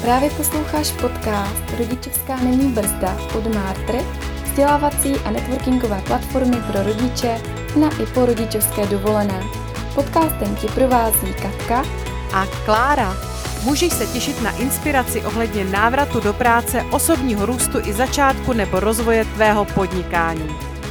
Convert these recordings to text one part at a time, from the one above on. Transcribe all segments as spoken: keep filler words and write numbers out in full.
Právě posloucháš podcast Rodičovská není brzda od Martry, vzdělávací a networkingové platformy pro rodiče na i po rodičovské dovolené. Podcastem ti provází Katka a Klára. Můžeš se těšit na inspiraci ohledně návratu do práce, osobního růstu i začátku nebo rozvoje tvého podnikání.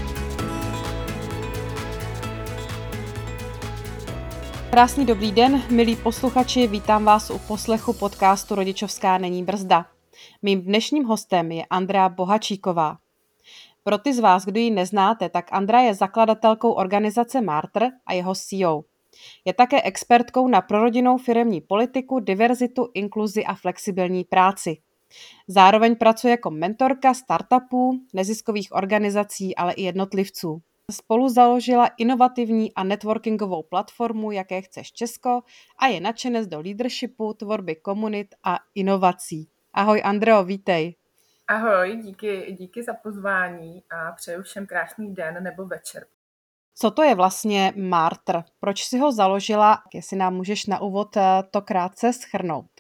Krásný dobrý den, milí posluchači, vítám vás u poslechu podcastu Rodičovská není brzda. Mým dnešním hostem je Andrea Bohačíková. Pro ty z vás, kdo ji neznáte, tak Andrea je zakladatelkou organizace Martr a jeho C E O. Je také expertkou na prorodinnou firemní politiku, diverzitu, inkluzi a flexibilní práci. Zároveň pracuje jako mentorka startupů, neziskových organizací, ale i jednotlivců. Spolu založila inovativní a networkingovou platformu Jaké chceš Česko a je nadšenec do leadershipu, tvorby komunit a inovací. Ahoj Andreo, vítej. Ahoj, díky, díky za pozvání a přeju všem krásný den nebo večer. Co to je vlastně Martr? Proč jsi ho založila? Jestli nám můžeš na úvod to krátce shrnout.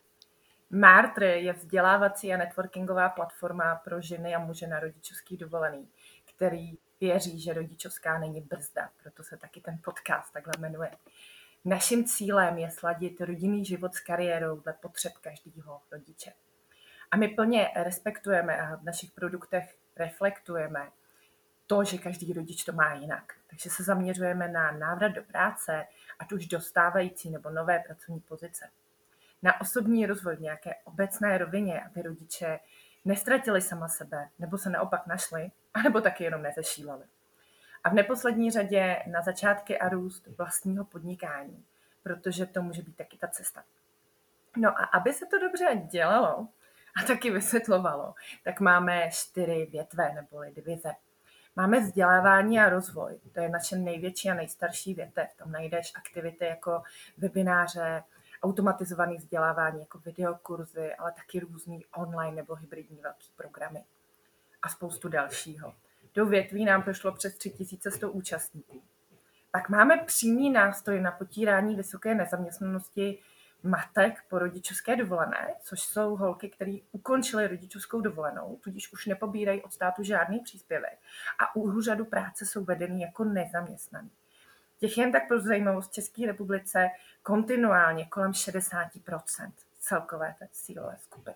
Martr je vzdělávací a networkingová platforma pro ženy a muže na rodičovský dovolený, který věří, že rodičovská není brzda, proto se taky ten podcast takhle jmenuje. Naším cílem je sladit rodinný život s kariérou dle potřeb každého rodiče. A my plně respektujeme a v našich produktech reflektujeme to, že každý rodič to má jinak. Takže se zaměřujeme na návrat do práce, ať už do stávající nebo nové pracovní pozice. Na osobní rozvoj v nějaké obecné rovině, aby rodiče nestratili sama sebe, nebo se naopak našli, anebo taky jenom nezešíleli. A v neposlední řadě na začátky a růst vlastního podnikání, protože to může být taky ta cesta. No a aby se to dobře dělalo a taky vysvětlovalo, tak máme čtyři větve neboli divize. Máme vzdělávání a rozvoj, to je naše největší a nejstarší větev. Tam najdeš aktivity jako webináře, automatizované vzdělávání jako videokurzy, ale taky různý online nebo hybridní velký programy a spoustu dalšího. Do větví nám prošlo přes tři tisíce sto účastníků. Pak máme přímý nástroj na potírání vysoké nezaměstnanosti matek po rodičovské dovolené, což jsou holky, které ukončily rodičovskou dovolenou, tudíž už nepobírají od státu žádný příspěvek a u úřadu práce jsou vedeny jako nezaměstnaný. Těch jen tak pro zajímavost v České republice kontinuálně kolem šedesát procent celkové té cílové skupiny.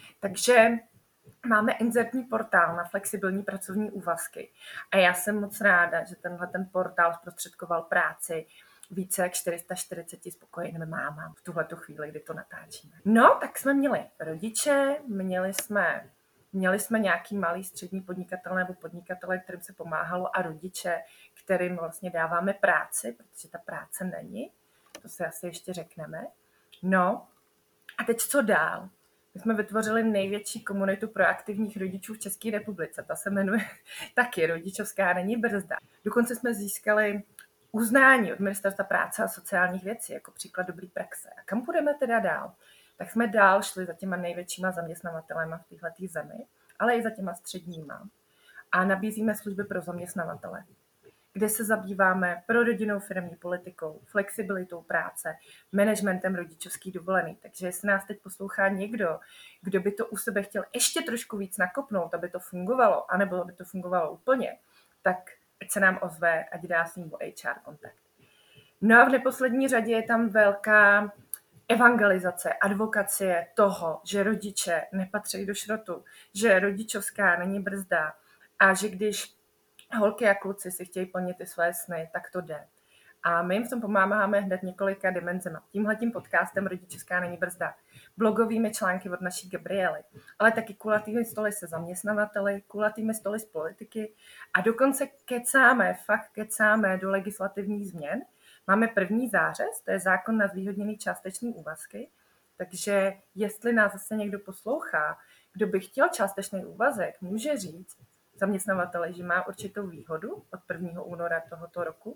Takže máme inzertní portál na flexibilní pracovní úvazky a já jsem moc ráda, že tenhle ten portál zprostředkoval práci více jak čtyři sta čtyřicet spokojeným mámám v tuhletu chvíli, kdy to natáčíme. No, tak jsme měli rodiče, měli jsme, měli jsme nějaký malý střední podnikatel nebo podnikatele, kterým se pomáhalo a rodiče, kterým vlastně dáváme práci, protože ta práce není, to si asi ještě řekneme. No, a teď co dál? My jsme vytvořili největší komunitu proaktivních rodičů v České republice, ta se jmenuje taky Rodičovská není brzda. Dokonce jsme získali uznání od Ministerstva práce a sociálních věcí jako příklad dobrý praxe. A kam půjdeme teda dál? Tak jsme dál šli za těma největšíma zaměstnavatelema v této zemi, ale i za těma středníma. A nabízíme služby pro zaměstnavatele, kde se zabýváme prorodinnou firemní politikou, flexibilitou práce, managementem rodičovský dovolený. Takže jestli nás teď poslouchá někdo, kdo by to u sebe chtěl ještě trošku víc nakopnout, aby to fungovalo, anebo aby to fungovalo úplně, tak ať se nám ozve, ať dá s ním o H R kontakt. No a v neposlední řadě je tam velká evangelizace, advokacie toho, že rodiče nepatří do šrotu, že rodičovská není brzda a že když holky a kluci si chtějí plnit ty své sny, tak to jde. A my jim v tom pomáháme hned několika dimenzema. Tímhletím podcastem Rodičovská není brzda, blogovými články od naší Gabriely, ale taky kulatými stoly se zaměstnavateli, kulatými stoly z politiky a dokonce kecáme, fakt kecáme do legislativních změn. Máme první zářez, to je zákon na zvýhodněný částečný úvazky, takže jestli nás zase někdo poslouchá, kdo by chtěl částečný úvazek, může říct zaměstnavateli, že má určitou výhodu od prvního února tohoto roku.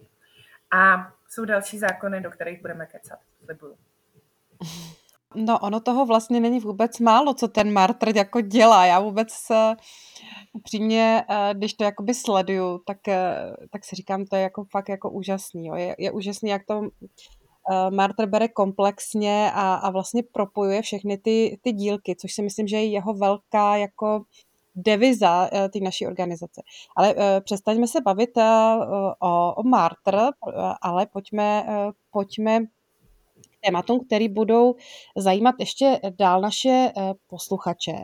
A jsou další zákony, do kterých budeme kecat, slibuju. No ono toho vlastně není vůbec málo, co ten Martr jako dělá. Já vůbec upřímně, když to jakoby sleduju, tak, tak si říkám, to je jako fakt jako úžasný. Jo. Je, je úžasný, jak to Martr bere komplexně a, a vlastně propojuje všechny ty, ty dílky, což si myslím, že je jeho velká jako deviza té naší organizace. Ale přestaňme se bavit o, o Martr, ale pojďme, pojďme k tématům, které budou zajímat ještě dál naše posluchače.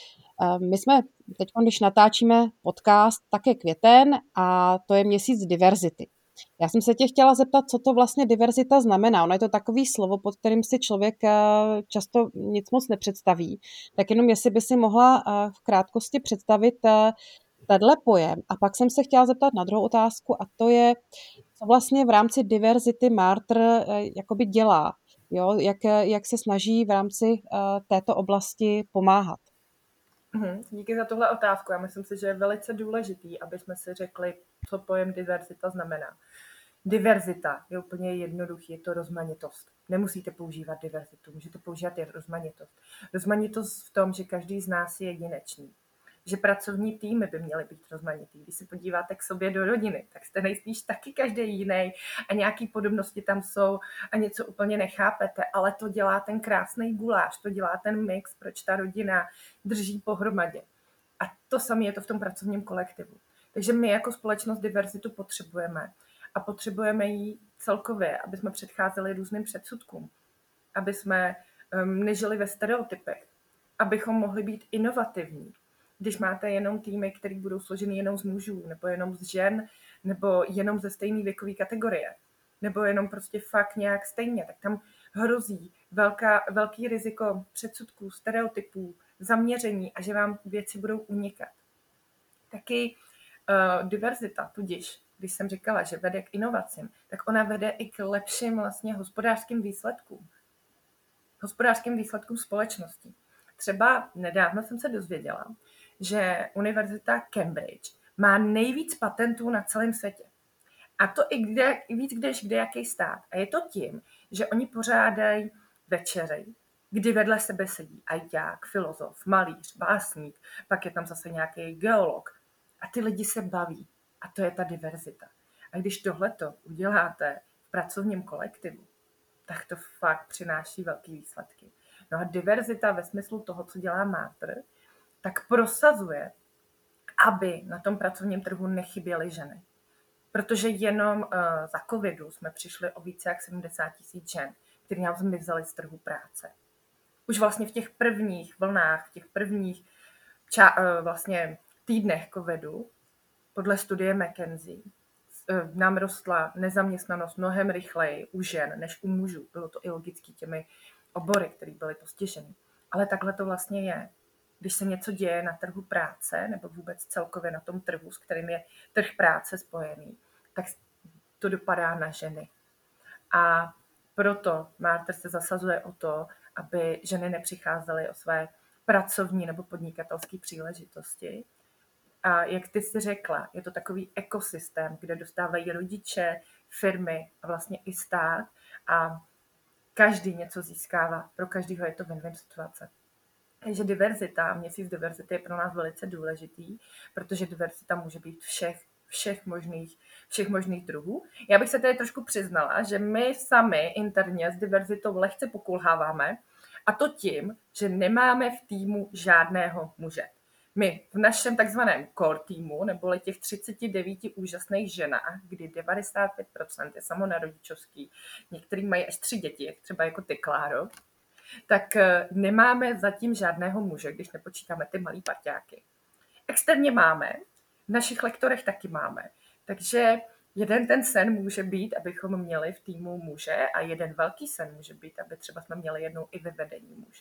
My jsme teď, když natáčíme podcast, tak je květen a to je měsíc diverzity. Já jsem se tě chtěla zeptat, co to vlastně diverzita znamená. Ono je to takový slovo, pod kterým si člověk často nic moc nepředstaví. Tak jenom jestli by si mohla v krátkosti představit tenhle pojem. A pak jsem se chtěla zeptat na druhou otázku a to je, co vlastně v rámci diverzity Martr jakoby dělá. Jo? Jak, jak se snaží v rámci této oblasti pomáhat. Uhum, díky za tuhle otázku. Já myslím si, že je velice důležitý, aby jsme si řekli, co pojem diverzita znamená. Diverzita je úplně jednoduchý, je to rozmanitost. Nemusíte používat diverzitu, můžete používat i rozmanitost. Rozmanitost v tom, že každý z nás je jedinečný. Že pracovní týmy by měly být rozmanitý. Když se podíváte k sobě do rodiny, tak jste nejspíš taky každý jiný a nějaký podobnosti tam jsou a něco úplně nechápete, ale to dělá ten krásný guláš, to dělá ten mix, proč ta rodina drží pohromadě. A to samé je to v tom pracovním kolektivu. Takže my jako společnost diverzitu potřebujeme a potřebujeme ji celkově, aby jsme předcházeli různým předsudkům, aby jsme um, nežili ve stereotypech, abychom mohli být inovativní. Když máte jenom týmy, které budou složeny jenom z mužů, nebo jenom z žen, nebo jenom ze stejné věkové kategorie, nebo jenom prostě fakt nějak stejně, tak tam hrozí velká, velký riziko předsudků, stereotypů, zaměření a že vám věci budou unikat. Taky uh, diverzita, tudíž, když jsem říkala, že vede k inovacím, tak ona vede i k lepším vlastně hospodářským výsledkům. Hospodářským výsledkům společnosti. Třeba nedávno jsem se dozvěděla, že Univerzita Cambridge má nejvíc patentů na celém světě. A to i kde, i víc kdež kdejaký stát. A je to tím, že oni pořádají večery, kdy vedle sebe sedí ajťák, filozof, malíř, básník, pak je tam zase nějaký geolog. A ty lidi se baví. A to je ta diverzita. A když tohleto uděláte v pracovním kolektivu, tak to fakt přináší velký výsledky. No a diverzita ve smyslu toho, co dělá Martr, tak prosazuje, aby na tom pracovním trhu nechyběly ženy. Protože jenom uh, za covidu jsme přišli o více jak sedmdesát tisíc žen, které nám zmizely z trhu práce. Už vlastně v těch prvních vlnách, v těch prvních ča- uh, vlastně týdnech covidu, podle studie McKinsey, uh, nám rostla nezaměstnanost mnohem rychleji u žen než u mužů. Bylo to i logicky těmi obory, které byly postiženy. Ale takhle to vlastně je. Když se něco děje na trhu práce, nebo vůbec celkově na tom trhu, s kterým je trh práce spojený, tak to dopadá na ženy. A proto Martr se zasazuje o to, aby ženy nepřicházely o své pracovní nebo podnikatelské příležitosti. A jak ty jsi řekla, je to takový ekosystém, kde dostávají rodiče, firmy a vlastně i stát a každý něco získává. Pro každého je to win-win situace. Takže diverzita, měsíc diverzity je pro nás velice důležitý, protože diverzita může být všech, všech, možných, všech možných druhů. Já bych se tady trošku přiznala, že my sami interně s diverzitou lehce pokulháváme, a to tím, že nemáme v týmu žádného muže. My v našem takzvaném core týmu, neboli těch třicet devět úžasných ženách, kdy devadesát pět procent je samonarodičovský, některý mají až tři děti, jak třeba jako ty, Kláro, tak nemáme zatím žádného muže, když nepočítáme ty malý parťáky. Externě máme, v našich lektorech taky máme. Takže jeden ten sen může být, abychom měli v týmu muže a jeden velký sen může být, aby třeba jsme měli jednou i ve vedení muže.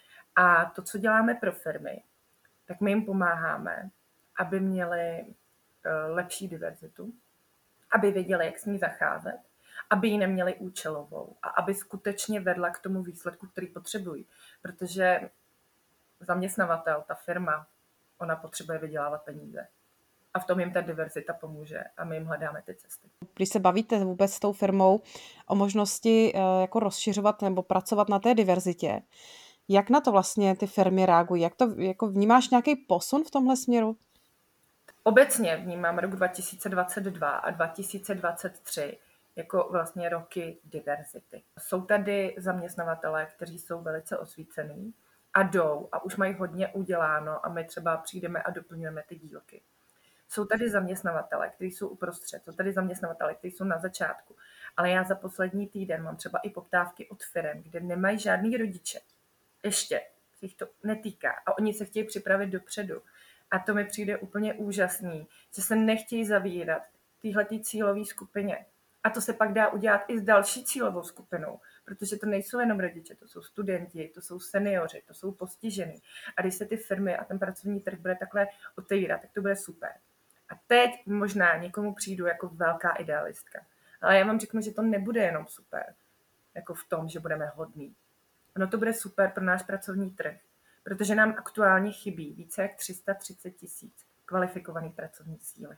A to, co děláme pro firmy, tak my jim pomáháme, aby měli lepší diverzitu, aby věděli, jak s ní zacházet, aby ji neměli účelovou a aby skutečně vedla k tomu výsledku, který potřebují. Protože zaměstnavatel, ta firma, ona potřebuje vydělávat peníze. A v tom jim ta diverzita pomůže a my jim hledáme ty cesty. Když se bavíte vůbec s tou firmou o možnosti jako rozšiřovat nebo pracovat na té diverzitě, jak na to vlastně ty firmy reagují? Jak to, jako vnímáš nějaký posun v tomhle směru? Obecně vnímám rok dva tisíce dvacet dva a dva tisíce dvacet tři jako vlastně roky diverzity. Jsou tady zaměstnavatelé, kteří jsou velice osvícení a jdou a už mají hodně uděláno a my třeba přijdeme a doplňujeme ty dílky. Jsou tady zaměstnavatele, kteří jsou uprostřed, jsou tady zaměstnavatele, kteří jsou na začátku, ale já za poslední týden mám třeba i poptávky od firem, kde nemají žádný rodiče. Ještě se jich to netýká a oni se chtějí připravit dopředu. A to mi přijde úplně úžasný, že se nechtějí zavírat téhletý cílové skupině. A to se pak dá udělat i s další cílovou skupinou, protože to nejsou jenom rodiče, to jsou studenti, to jsou seniori, to jsou postižení. A když se ty firmy a ten pracovní trh bude takhle otevírat, tak to bude super. A teď možná někomu přijdu jako velká idealistka. Ale já vám řeknu, že to nebude jenom super, jako v tom, že budeme hodní. Ono to bude super pro náš pracovní trh, protože nám aktuálně chybí více jak tři sta třicet tisíc kvalifikovaných pracovní síly.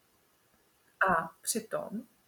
A přitom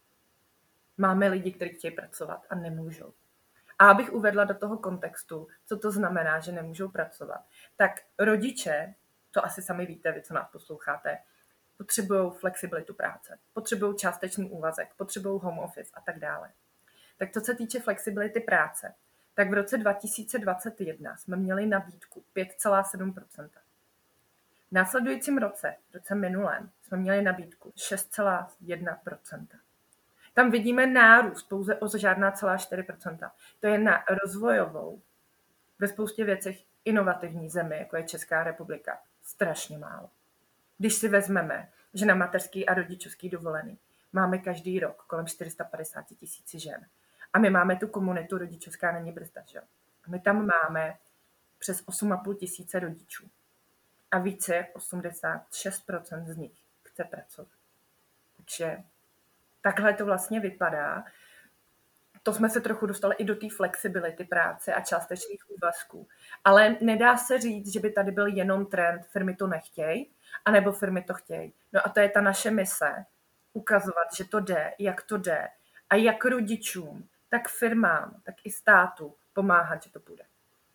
máme lidi, kteří chtějí pracovat a nemůžou. A abych uvedla do toho kontextu, co to znamená, že nemůžou pracovat, tak rodiče, to asi sami víte, vy, co nás posloucháte, potřebují flexibilitu práce, potřebují částečný úvazek, potřebují home office a tak dále. Tak co se týče flexibility práce, tak v roce dva tisíce dvacet jedna jsme měli nabídku pět celá sedm procenta. V následujícím roce, v roce minulém, jsme měli nabídku šest celá jedna procenta. Tam vidíme nárůst pouze o žádná celá čtyři procenta. To je na rozvojovou, ve spoustě věcech inovativní zemi, jako je Česká republika, strašně málo. Když si vezmeme, že na mateřský a rodičovský dovolený máme každý rok kolem čtyři sta padesát tisíc žen. A my máme tu komunitu Rodičovská není brzda, že? A my tam máme přes osm a půl tisíce rodičů. A více jak osmdesát šest procent z nich chce pracovat. Takže takhle to vlastně vypadá. To jsme se trochu dostali i do té flexibility práce a částečných úvazků. Ale nedá se říct, že by tady byl jenom trend, firmy to nechtějí, anebo firmy to chtějí. No a to je ta naše mise, ukazovat, že to jde, jak to jde a jak rodičům, tak firmám, tak i státu pomáhat, že to půjde.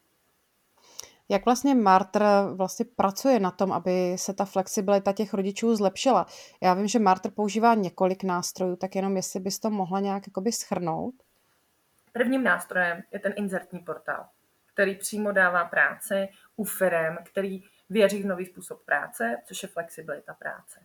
Jak vlastně Martr vlastně pracuje na tom, aby se ta flexibilita těch rodičů zlepšila? Já vím, že Martr používá několik nástrojů, tak jenom jestli bys to mohla nějak jakoby shrnout. Prvním nástrojem je ten inzertní portál, který přímo dává práci u firem, který věří v nový způsob práce, což je flexibilita práce.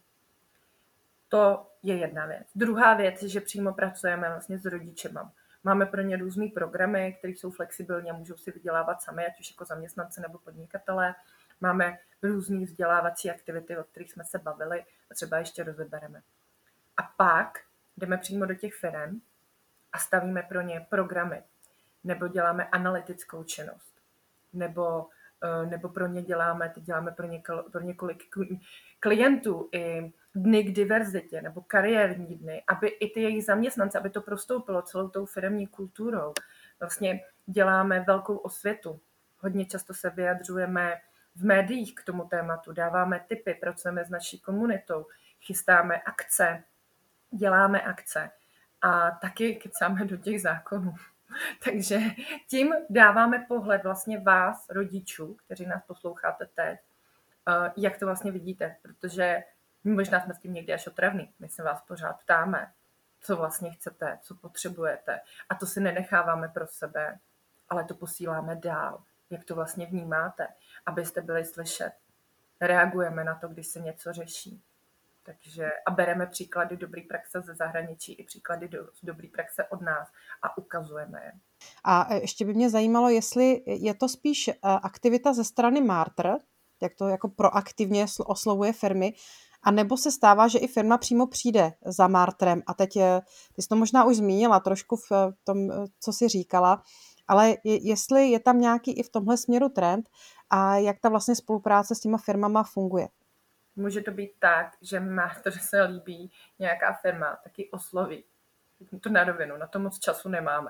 To je jedna věc. Druhá věc je, že přímo pracujeme vlastně s rodičema. Máme pro ně různý programy, které jsou flexibilní a můžou si vydělávat sami, ať už jako zaměstnanci nebo podnikatelé. Máme různý vzdělávací aktivity, o kterých jsme se bavili a třeba ještě rozebereme. A pak jdeme přímo do těch firem a stavíme pro ně programy, nebo děláme analytickou činnost, nebo, nebo pro ně děláme, teď děláme pro, několik, pro několik klientů i dny k diverzitě nebo kariérní dny, aby i ty jejich zaměstnance, aby to prostoupilo celou tou firemní kulturou. Vlastně děláme velkou osvětu. Hodně často se vyjadřujeme v médiích k tomu tématu, dáváme tipy, pracujeme s naší komunitou, chystáme akce, děláme akce a taky kecáme do těch zákonů. Takže tím dáváme pohled vlastně vás, rodičů, kteří nás posloucháte teď, jak to vlastně vidíte, protože možná jsme s tím někdy až otravní. My se vás pořád ptáme, co vlastně chcete, co potřebujete. A to si nenecháváme pro sebe, ale to posíláme dál. Jak to vlastně vnímáte, abyste byli slyšet. Reagujeme na to, když se něco řeší. Takže a bereme příklady dobré praxe ze zahraničí i příklady do, dobré praxe od nás a ukazujeme je. A ještě by mě zajímalo, jestli je to spíš aktivita ze strany Martr, jak to jako proaktivně oslovuje firmy, a nebo se stává, že i firma přímo přijde za Martrem. A teď, ty jsi to možná už zmínila trošku v tom, co jsi říkala, ale je, jestli je tam nějaký i v tomhle směru trend a jak ta vlastně spolupráce s těma firmama funguje. Může to být tak, že Martr se líbí nějaká firma, taky osloví. To na rovinu, na to moc času nemáme.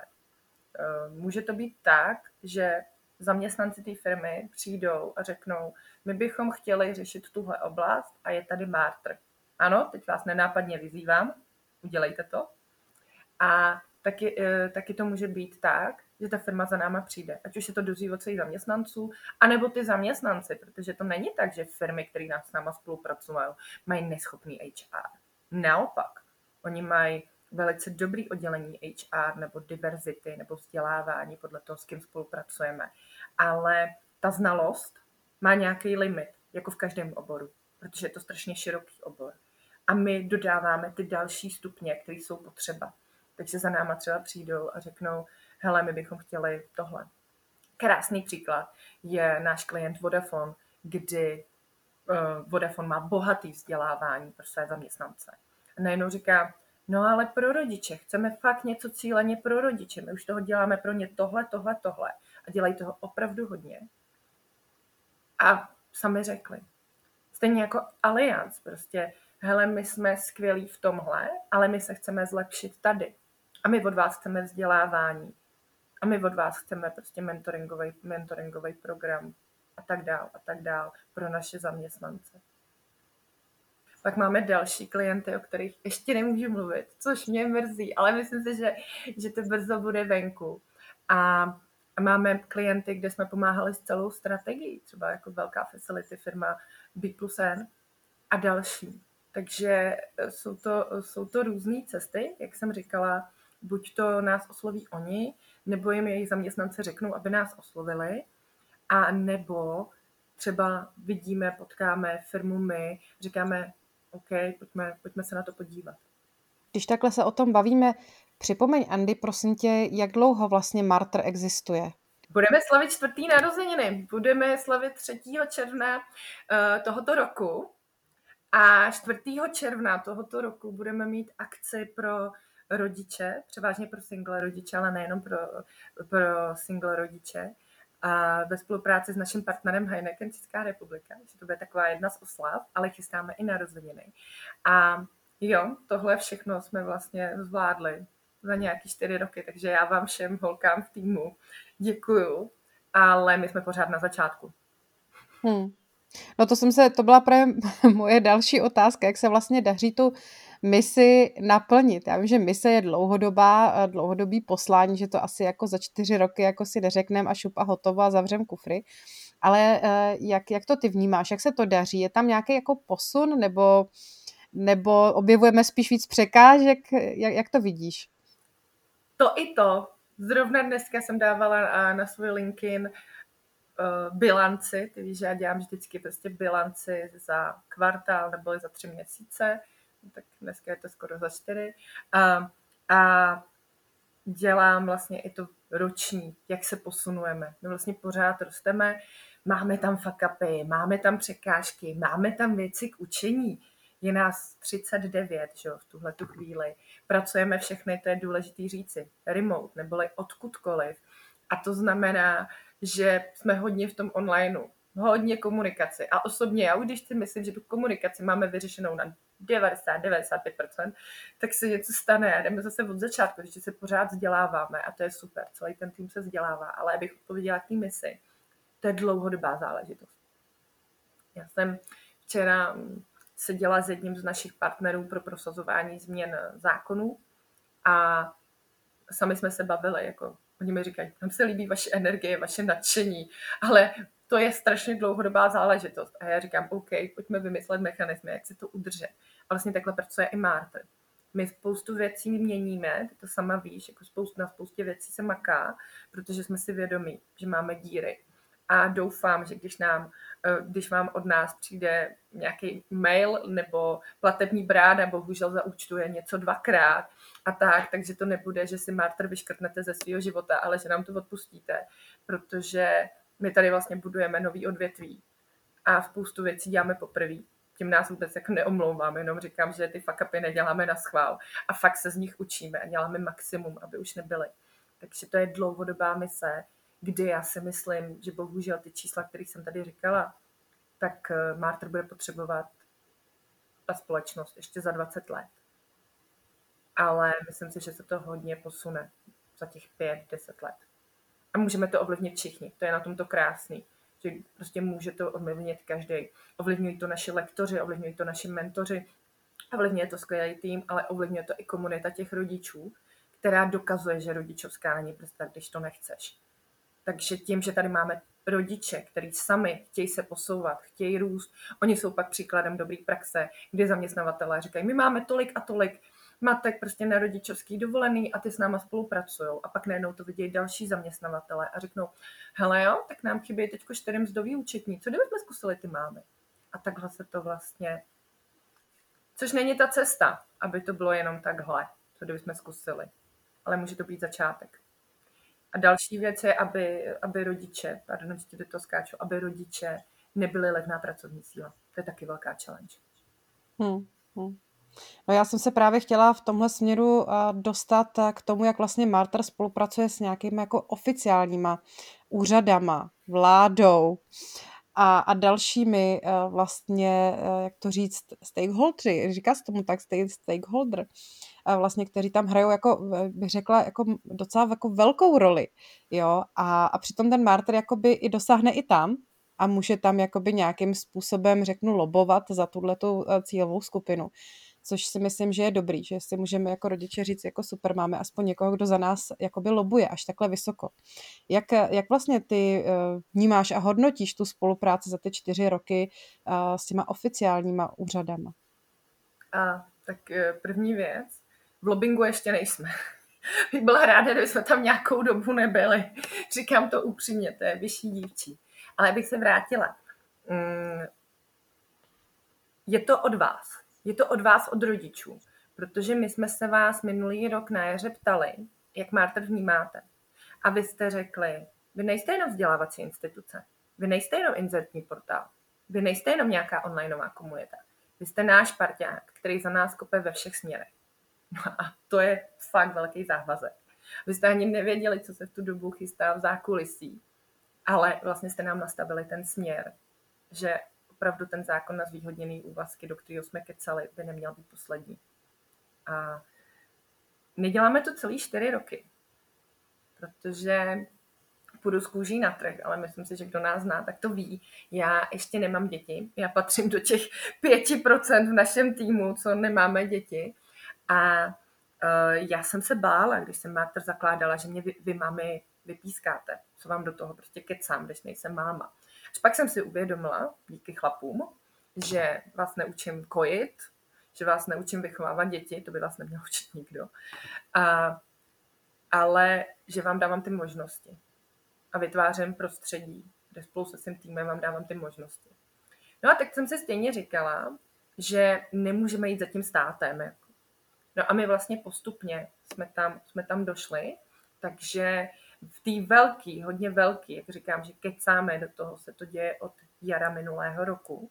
Může to být tak, že zaměstnanci té firmy přijdou a řeknou, my bychom chtěli řešit tuhle oblast a je tady Martr. Ano, teď vás nenápadně vyzývám, udělejte to. A taky, taky to může být tak, že ta firma za náma přijde. Ať už se to dozví od svých zaměstnanců, anebo ty zaměstnanci, protože to není tak, že firmy, které nás s náma spolupracují, mají neschopný H R. Naopak, oni mají velice dobrý oddělení H R nebo diverzity nebo vzdělávání podle toho, s kým spolupracujeme. Ale ta znalost má nějaký limit, jako v každém oboru, protože je to strašně široký obor. A my dodáváme ty další stupně, které jsou potřeba. Takže za náma třeba přijdou a řeknou, hele, my bychom chtěli tohle. Krásný příklad je náš klient Vodafone, kdy uh, Vodafone má bohatý vzdělávání pro své zaměstnance. A najednou říká, no ale pro rodiče, chceme fakt něco cíleně pro rodiče, my už toho děláme pro ně tohle, tohle, tohle. A dělají toho opravdu hodně. A sami řekli, stejně jako Allianz, prostě, hele, my jsme skvělí v tomhle, ale my se chceme zlepšit tady. A my od vás chceme vzdělávání. A my od vás chceme prostě mentoringový, mentoringový program a tak dál a tak dál pro naše zaměstnance. Pak máme další klienty, o kterých ještě nemůžu mluvit, což mě mrzí, ale myslím si, že, že to brzo bude venku. A máme klienty, kde jsme pomáhali s celou strategií, třeba jako velká facility firma B plus N a další. Takže jsou to, jsou to různé cesty, jak jsem říkala, buď to nás osloví oni, nebo jim jejich zaměstnanci řeknou, aby nás oslovili, a nebo třeba vidíme, potkáme firmu my, říkáme, OK, pojďme, pojďme se na to podívat. Když takhle se o tom bavíme, připomeň, Andy, prosím tě, jak dlouho vlastně Martr existuje? Budeme slavit čtvrtý narozeniny. Budeme slavit třetího června uh, tohoto roku a čtvrtého června tohoto roku budeme mít akci pro rodiče, převážně pro single rodiče, ale nejenom pro, pro single rodiče, a ve spolupráci s naším partnerem Heineken Česká republika, že to bude taková jedna z oslav, ale chystáme i narozeniny. A jo, tohle všechno jsme vlastně zvládli za nějaký čtyři roky, takže já vám všem holkám v týmu děkuju, ale my jsme pořád na začátku. Hmm. No to jsem se, to byla právě moje další otázka, jak se vlastně daří tu misi naplnit. Já vím, že mise je dlouhodobá, dlouhodobý poslání, že to asi jako za čtyři roky jako si neřekneme a šup a hotovo a zavřem kufry. Ale jak, jak to ty vnímáš, jak se to daří? Je tam nějaký jako posun nebo, nebo objevujeme spíš víc překážek? Jak, jak to vidíš? To i to. Zrovna dneska jsem dávala na svůj LinkedIn uh, bilanci. Ty víš, že já dělám vždycky prostě bilanci za kvartál nebo za tři měsíce. Tak dneska je to skoro za čtyři. A, a dělám vlastně i to roční, jak se posunujeme. My vlastně pořád rosteme, máme tam fuck upy, máme tam překážky, máme tam věci k učení. Je nás třicet devět, že jo, v tuhletu chvíli. Pracujeme všechny, to je důležitý říci, remote, neboli odkudkoliv. A to znamená, že jsme hodně v tom onlineu, hodně komunikaci. A osobně já, když si myslím, že tu komunikaci máme vyřešenou na devadesát až devadesát pět procent, tak se něco stane a jdeme zase od začátku, když se pořád vzděláváme a to je super, celý ten tým se vzdělává, ale abych odpověděla k té misi, to je dlouhodobá záležitost. Já jsem včera seděla s jedním z našich partnerů pro prosazování změn zákonů a sami jsme se bavili, jako oni mi říkají, nám se líbí vaše energie, vaše nadšení, ale to je strašně dlouhodobá záležitost. A já říkám, OK, pojďme vymyslet mechanismy, jak se to udržet. A vlastně takhle pracuje i Martr. My spoustu věcí měníme, ty to sama víš, jako spoustu, na spoustě věcí se maká, protože jsme si vědomí, že máme díry. A doufám, že když, nám, když vám od nás přijde nějaký mail nebo platební brána, bohužel zaúčtuje něco dvakrát a tak, takže to nebude, že si Martr vyškrtnete ze svého života, ale že nám to odpustíte, protože my tady vlastně budujeme nový odvětví a spoustu věcí děláme poprvé. Tím nás vůbec jako neomlouvám, jenom říkám, že ty fuck upy neděláme na schvál a fakt se z nich učíme a děláme maximum, aby už nebyly. Takže to je dlouhodobá mise, kdy já si myslím, že bohužel ty čísla, které jsem tady říkala, tak Martr bude potřebovat ta společnost ještě za dvacet let. Ale myslím si, že se to hodně posune za těch pět deset let. A můžeme to ovlivnit všichni. To je na tom to krásný. Že prostě může to ovlivnit každý. Ovlivňují to naši lektoři, ovlivňují to naši mentoři, ovlivňuje to skvělý tým, ale ovlivňuje to i komunita těch rodičů, která dokazuje, že rodičovská není brzda, když to nechceš. Takže tím, že tady máme rodiče, kteří sami chtějí se posouvat, chtějí růst, oni jsou pak příkladem dobré praxe, kdy zaměstnavatelé říkají, my máme tolik a tolik matek prostě na rodičovský dovolený a ty s náma spolupracují. A pak najednou to vidějí další zaměstnavatele a řeknou, hele jo, tak nám chybí teďko čtyři mzdový účetní, co kdybychom zkusili ty mámy? A takhle se to vlastně, což není ta cesta, aby to bylo jenom takhle, co kdybychom zkusili, ale může to být začátek. A další věc je, aby, aby rodiče, pardon, že do toho skáču, aby rodiče nebyly levná pracovní síla. To je taky velká challenge. Hmm, hmm. No já jsem se právě chtěla v tomhle směru uh, dostat uh, k tomu, jak vlastně Marter spolupracuje s nějakými jako oficiálníma úřadama, vládou a, a dalšími uh, vlastně, uh, jak to říct, stakeholdery, říká se tomu tak, stakeholder, uh, vlastně, kteří tam hrajou jako, bych řekla, jako docela jako velkou roli, jo, a, a přitom ten Marter jakoby i dosáhne i tam, a může tam jakoby nějakým způsobem, řeknu, lobovat za tuhletu cílovou skupinu. Což si myslím, že je dobrý, že si můžeme jako rodiče říct, jako super, máme aspoň někoho, kdo za nás jakoby lobuje až takhle vysoko. Jak, jak vlastně ty vnímáš a hodnotíš tu spolupráci za ty čtyři roky s těma oficiálníma úřadama? A tak první věc, v lobbingu ještě nejsme. Bych byla ráda, kdyby jsme tam nějakou dobu nebyli. Říkám to upřímně, to je vyšší dívčí. Ale bych se vrátila. Je to od vás. Je to od vás, od rodičů. Protože my jsme se vás minulý rok na jaře ptali, jak Marter vnímáte. A vy jste řekli, vy nejste jenom vzdělávací instituce. Vy nejste jenom inzertní portál. Vy nejste jenom nějaká onlineová komunita. Vy jste náš parťák, který za nás kope ve všech směrech. No a to je fakt velký závazek. Vy jste ani nevěděli, co se v tu dobu chystá v zákulisí. Ale vlastně jste nám nastavili ten směr, že opravdu ten zákon na zvýhodněný úvazky, do kterého jsme kecali, by neměl být poslední. A neděláme to celý čtyři roky, protože půjdu z kůží na trh, ale myslím si, že kdo nás zná, tak to ví. Já ještě nemám děti, já patřím do těch pěti procent v našem týmu, co nemáme děti. A uh, já jsem se bála, když jsem Marter zakládala, že mě vy, vy mámy vypískáte, co vám do toho prostě kecám, když nejsem máma. Až pak jsem si uvědomila, díky chlapům, že vás neučím kojit, že vás neučím vychovávat děti, to by vás neměl učit nikdo, a, ale že vám dávám ty možnosti a vytvářím prostředí, kde spolu se svým týmem vám dávám ty možnosti. No a tak jsem si stejně říkala, že nemůžeme jít za tím státem. No a my vlastně postupně jsme tam, jsme tam došli, takže v té velký, hodně velký, jak říkám, že kecáme do toho, se to děje od jara minulého roku.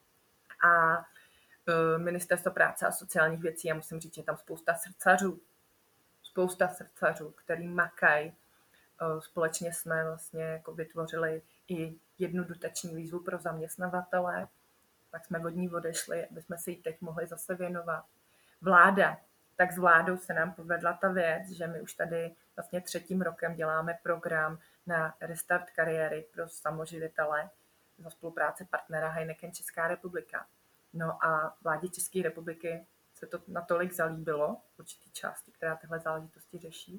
A uh, Ministerstvo práce a sociálních věcí, já musím říct, že tam spousta srdcařů, spousta srdcařů, který makají. Uh, společně jsme vlastně jako vytvořili i jednu dotační výzvu pro zaměstnavatele, tak jsme od ní odešli, aby jsme si ji teď mohli zase věnovat. Vláda, tak s vládou se nám povedla ta věc, že my už tady vlastně třetím rokem děláme program na restart kariéry pro samoživitele za spolupráce partnera Heineken Česká republika. No a vládě České republiky se to natolik zalíbilo, určitý části, která tyhle záležitosti řeší,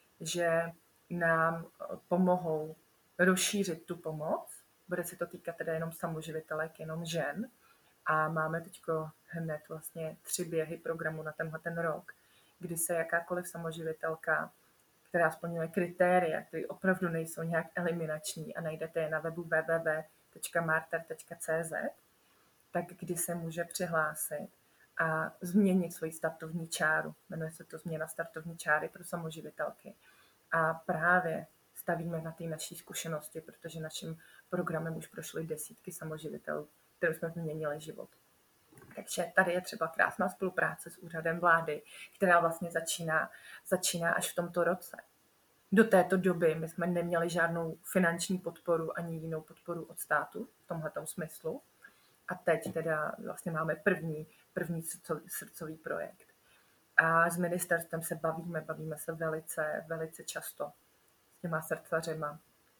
že nám pomohou rozšířit tu pomoc. Bude se to týkat teda jenom samoživitelek, jenom žen. A máme teďko hned vlastně tři běhy programu na tenhle ten rok, kdy se jakákoliv samoživitelka, která splňuje kritéria, které opravdu nejsou nějak eliminační a najdete je na webu w w w tečka marter tečka c z, tak kdy se může přihlásit a změnit svoji startovní čáru. Jmenuje se to změna startovní čáry pro samoživitelky. A právě stavíme na té naší zkušenosti, protože naším programem už prošly desítky samoživitelů, kterou jsme změnili život. Takže tady je třeba krásná spolupráce s úřadem vlády, která vlastně začíná, začíná až v tomto roce. Do této doby my jsme neměli žádnou finanční podporu ani jinou podporu od státu v tomhletom smyslu. A teď teda vlastně máme první, první srdcový, srdcový projekt. A s ministerstvem se bavíme, bavíme se velice, velice často s těma srdcařema.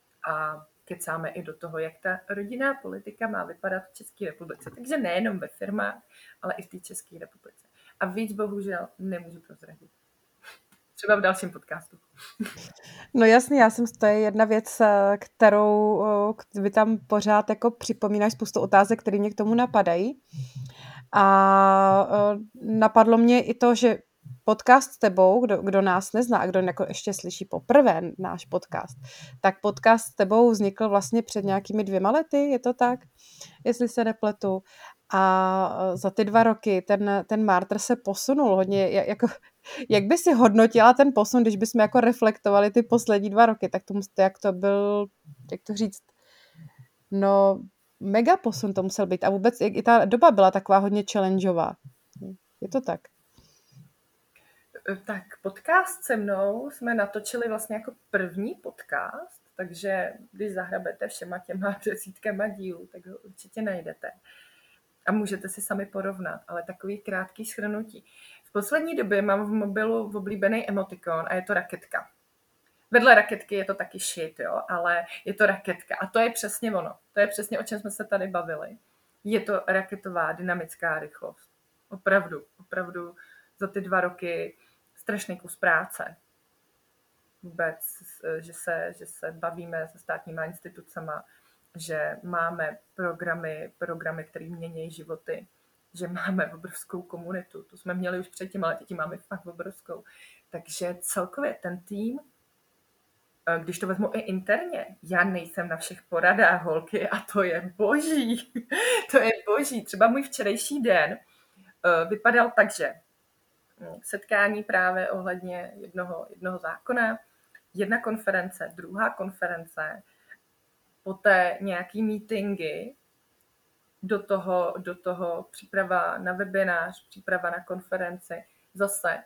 A kecáme i do toho, jak ta rodinná politika má vypadat v České republice. Takže nejenom ve firmách, ale i v té České republice. A víc bohužel nemůžu prozradit. Třeba v dalším podcastu. No jasně, já jsem, to je jedna věc, kterou vy tam pořád jako připomínáš spoustu otázek, které mě k tomu napadají. A napadlo mě i to, že podcast s tebou, kdo, kdo nás nezná a kdo jako ještě slyší poprvé náš podcast, tak podcast s tebou vznikl vlastně před nějakými dvěma lety, je to tak? Jestli se nepletu. A za ty dva roky ten, ten Martr se posunul hodně. Jako, jak by si hodnotila ten posun, když bychom jako reflektovali ty poslední dva roky, tak to, jak to byl, jak to říct, no mega posun to musel být. A vůbec i ta doba byla taková hodně challengeová. Je to tak? Tak podcast se mnou jsme natočili vlastně jako první podcast, takže když zahrabete všema těma desítkama dílů, tak ho určitě najdete. A můžete si sami porovnat, ale takový krátký shrnutí. V poslední době mám v mobilu oblíbený emotikon a je to raketka. Vedle raketky je to taky shit, jo, ale je to raketka. A to je přesně ono. To je přesně, o čem jsme se tady bavili. Je to raketová dynamická rychlost. Opravdu, opravdu za ty dva roky strašný kus práce. Vůbec, že se, že se bavíme se státníma institucema, že máme programy, programy, které mění životy, že máme obrovskou komunitu. Tu jsme měli už předtím, ale teď máme fakt obrovskou. Takže celkově ten tým, když to vezmu i interně, já nejsem na všech poradách, holky, a to je boží. To je boží. Třeba můj včerejší den vypadal tak, že setkání právě ohledně jednoho, jednoho zákona, jedna konference, druhá konference, poté nějaký meetingy, do toho, do toho příprava na webinář, příprava na konferenci zase.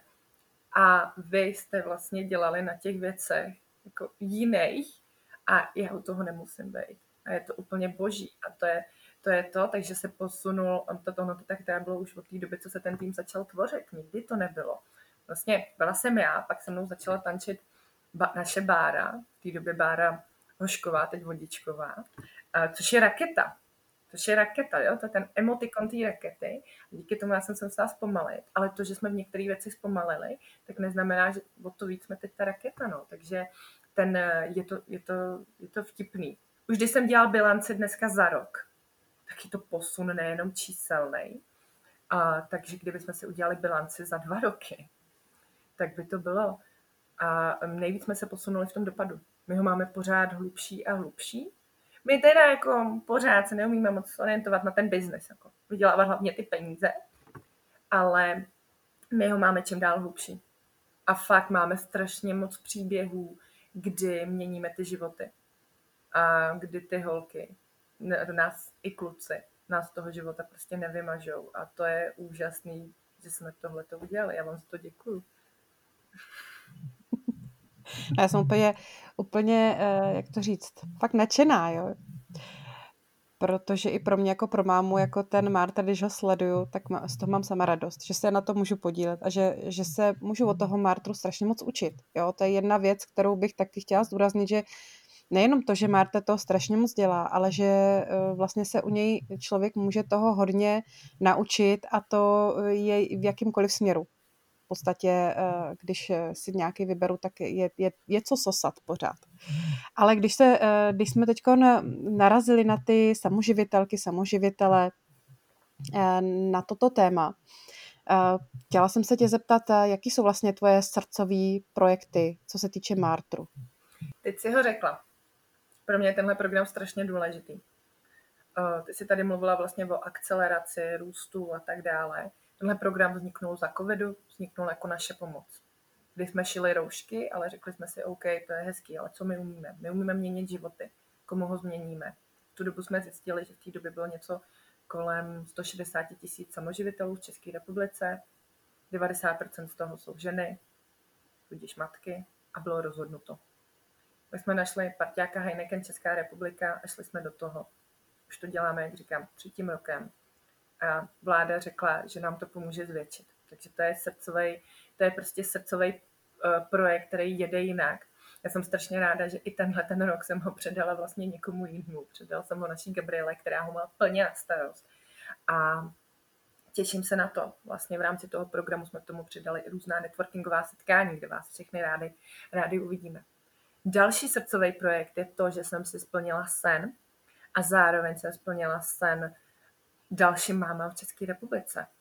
A vy jste vlastně dělali na těch věcech jako jiných a já u toho nemusím být. A je to úplně boží. A to je to, je to takže se posunul, to, tohle to tak teda bylo už od té doby, co se ten tým začal tvořit. Nikdy to nebylo. Vlastně byla jsem já, pak se mnou začala tančit ba, naše Bára, v té době Bára Hošková, teď Vodičková, což je raketa. Což je raketa, jo? To je ten emotikon té rakety. Díky tomu já jsem se musela zpomalit. Ale to, že jsme v některých věcech zpomalili, tak neznamená, že o to víc jsme teď ta raketa. No. Takže ten, je, to, je, to, je to vtipný. Už když jsem dělal bilanci dneska za rok, tak je to posun nejenom číselný. A, takže kdybychom si udělali bilanci za dva roky, tak by to bylo. A nejvíc jsme se posunuli v tom dopadu. My ho máme pořád hlubší a hlubší. My teda jako pořád se neumíme moc orientovat na ten biznes, jako vydělávat hlavně ty peníze, ale my ho máme čím dál hlubší. A fakt máme strašně moc příběhů, kdy měníme ty životy. A kdy ty holky, nás i kluci, nás z toho života prostě nevymažou. A to je úžasný, že jsme tohleto udělali. Já vám za to děkuju. Já jsem úplně, úplně, jak to říct, fakt nadšená, jo. Protože i pro mě jako pro mámu, jako ten Martr, když ho sleduju, tak z toho mám sama radost, že se na to můžu podílet a že, že se můžu od toho Martru strašně moc učit. Jo, to je jedna věc, kterou bych taky chtěla zdůraznit, že nejenom to, že Marta to strašně moc dělá, ale že vlastně se u něj člověk může toho hodně naučit a to je v jakýmkoliv směru. V podstatě, když si nějaký vyberu, tak je, je, je co sosat pořád. Ale když, se, když jsme teď narazili na ty samoživitelky, samoživitele, na toto téma, chtěla jsem se tě zeptat, jaký jsou vlastně tvoje srdcové projekty, co se týče Martru? Teď si ho řekla. Pro mě je tenhle program strašně důležitý. Ty jsi tady mluvila vlastně o akceleraci, růstu a tak dále. Tenhle program vzniknul za covidu, vzniknul jako naše pomoc. Kdy jsme šili roušky, ale řekli jsme si, OK, to je hezký, ale co my umíme? My umíme měnit životy. Komu ho změníme? V tu dobu jsme zjistili, že v té době bylo něco kolem sto šedesát tisíc samoživitelů v České republice. devadesát procent z toho jsou ženy, tudíž matky, a bylo rozhodnuto. My jsme našli parťáka Heineken Česká republika a šli jsme do toho. Už to děláme, jak říkám, třetím rokem. A vláda řekla, že nám to pomůže zvětšit. Takže to je srdcovej, to je prostě srdcový uh, projekt, který jede jinak. Já jsem strašně ráda, že i tenhle ten rok jsem ho předala vlastně někomu jinému. Předala jsem ho naší Gabriele, která ho má plně na starost. A těším se na to. Vlastně v rámci toho programu jsme k tomu přidali i různá networkingová setkání, kde vás všechny rádi, rádi uvidíme. Další srdcový projekt je to, že jsem si splnila sen a zároveň jsem splnila sen dalším mámám v České republice.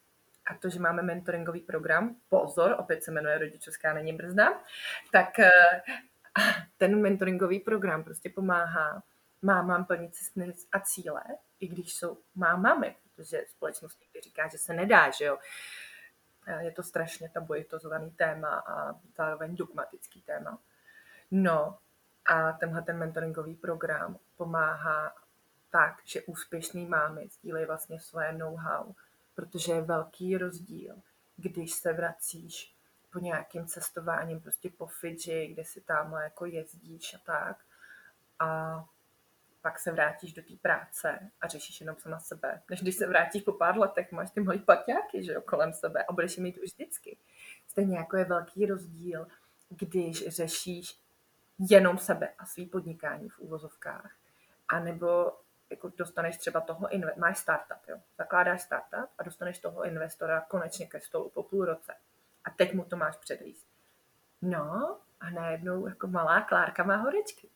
a to, že máme mentoringový program, pozor, opět se jmenuje Rodičovská není brzda, tak ten mentoringový program prostě pomáhá mámám plnit si sny a cíle, i když jsou mámami, protože společnost někdy říká, že se nedá, že jo. Je to strašně tabuizovaný téma a zároveň dogmatický téma. No a tenhle ten mentoringový program pomáhá tak, že úspěšný mámy sdílejí vlastně své know-how, protože je velký rozdíl, když se vracíš po nějakým cestováním prostě po Fidži, kde si tam jako jezdíš a tak a pak se vrátíš do té práce a řešíš jenom sama sebe. Než když se vrátíš po pár letech, máš ty malý paťáky, že jo, kolem sebe a budeš je mít už vždycky. Stejně jako je velký rozdíl, když řešíš jenom sebe a svý podnikání v úvozovkách, anebo jako dostaneš třeba toho, inve- máš startup, jo, zakládáš startup a dostaneš toho investora konečně ke stolu po půl roce. A teď mu to máš předvíst. No a najednou jako malá Klárka má horečky.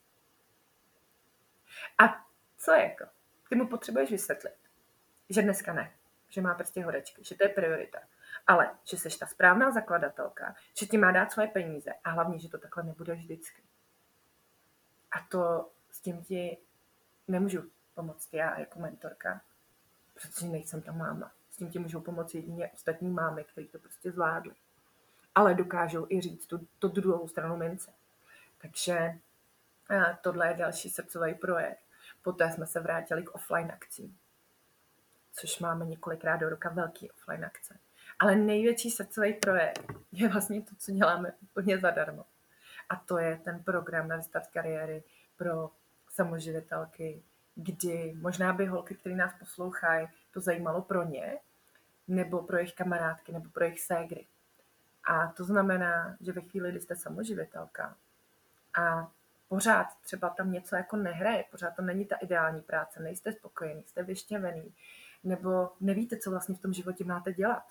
A co jako? Ty mu potřebuješ vysvětlit, že dneska ne, že má prostě horečky, že to je priorita, ale že jsi ta správná zakladatelka, že ti má dát svoje peníze a hlavně, že to takhle nebude vždycky. A to s tím ti nemůžu pomoct já jako mentorka, protože nejsem ta máma. S tím ti můžou pomoct jedině ostatní mámy, kteří to prostě zvládli. Ale dokážou i říct tu, tu druhou stranu mince. Takže tohle je další srdcový projekt. Poté jsme se vrátili k offline akcím, což máme několikrát do roka velký offline akce. Ale největší srdcový projekt je vlastně to, co děláme úplně zadarmo. A to je ten program na restart kariéry pro samoživitelky, kdy možná by holky, které nás poslouchají, to zajímalo pro ně, nebo pro jejich kamarádky, nebo pro jejich ségry. A to znamená, že ve chvíli, kdy jste samoživitelka a pořád třeba tam něco jako nehraje, pořád to není ta ideální práce, nejste spokojení, jste vyštěvený, nebo nevíte, co vlastně v tom životě máte dělat.